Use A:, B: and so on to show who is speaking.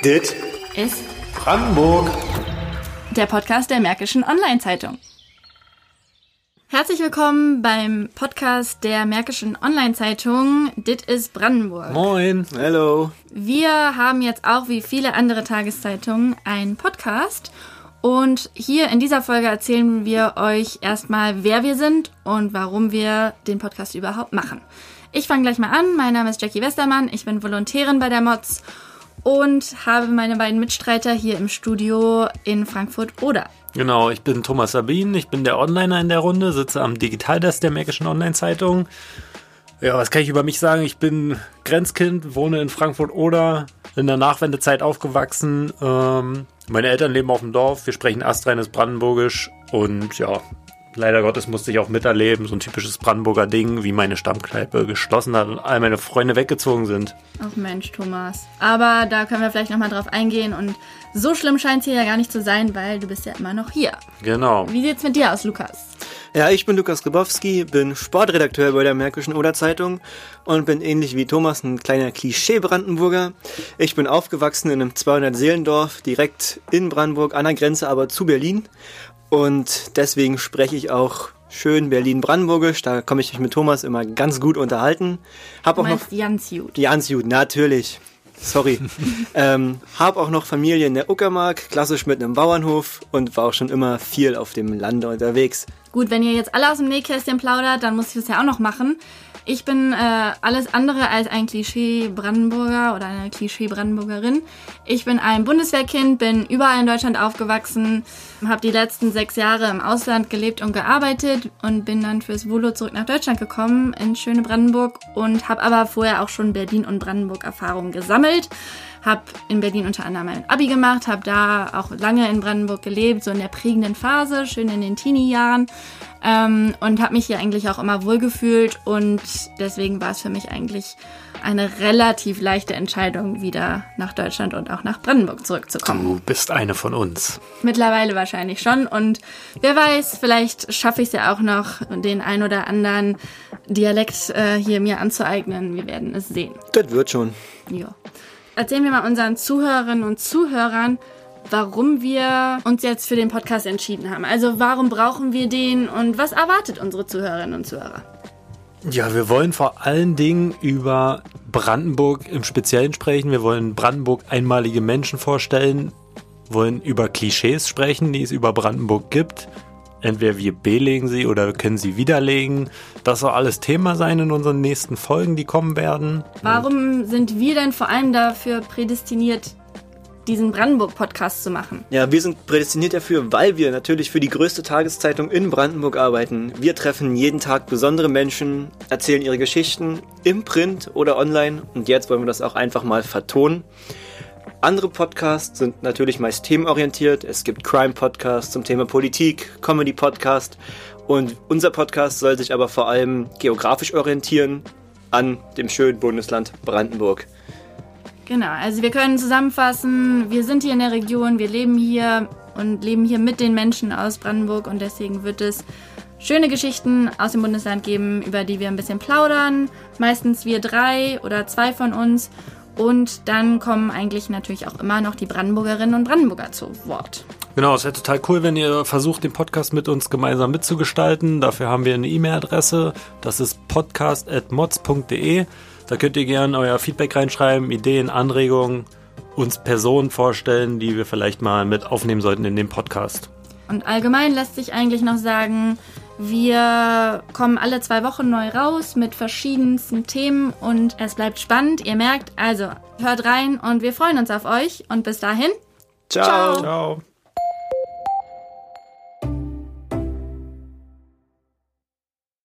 A: Dit
B: ist
A: Brandenburg.
B: Der Podcast der Märkischen Online-Zeitung. Herzlich willkommen beim Podcast der Märkischen Online-Zeitung Dit ist Brandenburg.
A: Moin. Hello.
B: Wir haben jetzt auch wie viele andere Tageszeitungen einen Podcast. Und hier in dieser Folge erzählen wir euch erstmal, wer wir sind und warum wir den Podcast überhaupt machen. Ich fange gleich mal an. Mein Name ist Jackie Westermann. Ich bin Volontärin bei der Moz und habe meine beiden Mitstreiter hier im Studio in Frankfurt-Oder.
A: Genau, ich bin Thomas Sabin. Ich bin der Onliner in der Runde, sitze am Digitaldesk der Märkischen Online-Zeitung. Ja, was kann ich über mich sagen? Ich bin Grenzkind, wohne in Frankfurt-Oder, in der Nachwendezeit aufgewachsen. Meine Eltern leben auf dem Dorf, wir sprechen astreines Brandenburgisch und ja, leider Gottes musste ich auch miterleben, so ein typisches Brandenburger Ding, wie meine Stammkneipe geschlossen hat und all meine Freunde weggezogen sind.
B: Ach Mensch, Thomas. Aber da können wir vielleicht nochmal drauf eingehen und so schlimm scheint es hier ja gar nicht zu sein, weil du bist ja immer noch hier.
A: Genau.
B: Wie sieht's mit dir aus, Lukas?
C: Ja, ich bin Lukas Grabowski, bin Sportredakteur bei der Märkischen Oder-Zeitung und bin ähnlich wie Thomas ein kleiner Klischee-Brandenburger. Ich bin aufgewachsen in einem 200-Seelendorf direkt in Brandenburg, an der Grenze aber zu Berlin. Und deswegen spreche ich auch schön Berlin-Brandenburgisch, da komme ich mich mit Thomas immer ganz gut unterhalten.
B: Du meinst ganz gut.
C: Ganz gut, natürlich. Sorry. Hab auch noch Familie in der Uckermark, klassisch mit einem Bauernhof und war auch schon immer viel auf dem Lande unterwegs.
B: Gut, wenn ihr jetzt alle aus dem Nähkästchen plaudert, dann muss ich das ja auch noch machen. Ich bin alles andere als ein Klischee-Brandenburger oder eine Klischee-Brandenburgerin. Ich bin ein Bundeswehrkind, bin überall in Deutschland aufgewachsen, habe die letzten 6 Jahre im Ausland gelebt und gearbeitet und bin dann fürs Volo zurück nach Deutschland gekommen, in schöne Brandenburg und habe aber vorher auch schon Berlin und Brandenburg Erfahrungen gesammelt. Habe in Berlin unter anderem mein Abi gemacht, habe da auch lange in Brandenburg gelebt, so in der prägenden Phase, schön in den Teenie-Jahren. Und habe mich hier eigentlich auch immer wohlgefühlt und deswegen war es für mich eigentlich eine relativ leichte Entscheidung, wieder nach Deutschland und auch nach Brandenburg zurückzukommen.
A: Du bist eine von uns.
B: Mittlerweile wahrscheinlich schon und wer weiß, vielleicht schaffe ich es ja auch noch, den ein oder anderen Dialekt hier mir anzueignen. Wir werden es sehen.
C: Das wird schon.
B: Ja. Erzählen wir mal unseren Zuhörerinnen und Zuhörern, warum wir uns jetzt für den Podcast entschieden haben. Also warum brauchen wir den und was erwartet unsere Zuhörerinnen und Zuhörer?
A: Ja, wir wollen vor allen Dingen über Brandenburg im Speziellen sprechen. Wir wollen Brandenburg einmalige Menschen vorstellen, wollen über Klischees sprechen, die es über Brandenburg gibt. Entweder wir belegen sie oder wir können sie widerlegen. Das soll alles Thema sein in unseren nächsten Folgen, die kommen werden.
B: Warum sind wir denn vor allem dafür prädestiniert, diesen Brandenburg-Podcast zu machen?
C: Ja, wir sind prädestiniert dafür, weil wir natürlich für die größte Tageszeitung in Brandenburg arbeiten. Wir treffen jeden Tag besondere Menschen, erzählen ihre Geschichten im Print oder online und jetzt wollen wir das auch einfach mal vertonen. Andere Podcasts sind natürlich meist themenorientiert. Es gibt Crime-Podcasts zum Thema Politik, Comedy-Podcast und unser Podcast soll sich aber vor allem geografisch orientieren an dem schönen Bundesland Brandenburg.
B: Genau, also wir können zusammenfassen, wir sind hier in der Region, wir leben hier und leben hier mit den Menschen aus Brandenburg und deswegen wird es schöne Geschichten aus dem Bundesland geben, über die wir ein bisschen plaudern. Meistens wir 3 oder 2 von uns. Und dann kommen eigentlich natürlich auch immer noch die Brandenburgerinnen und Brandenburger zu Wort.
A: Genau, es wäre total cool, wenn ihr versucht, den Podcast mit uns gemeinsam mitzugestalten. Dafür haben wir eine E-Mail-Adresse. Das ist podcast@moz.de. Da könnt ihr gerne euer Feedback reinschreiben, Ideen, Anregungen, uns Personen vorstellen, die wir vielleicht mal mit aufnehmen sollten in dem Podcast.
B: Und allgemein lässt sich eigentlich noch sagen, wir kommen alle 2 Wochen neu raus mit verschiedensten Themen und es bleibt spannend. Ihr merkt, also hört rein und wir freuen uns auf euch und bis dahin.
C: Ciao.
A: Ciao.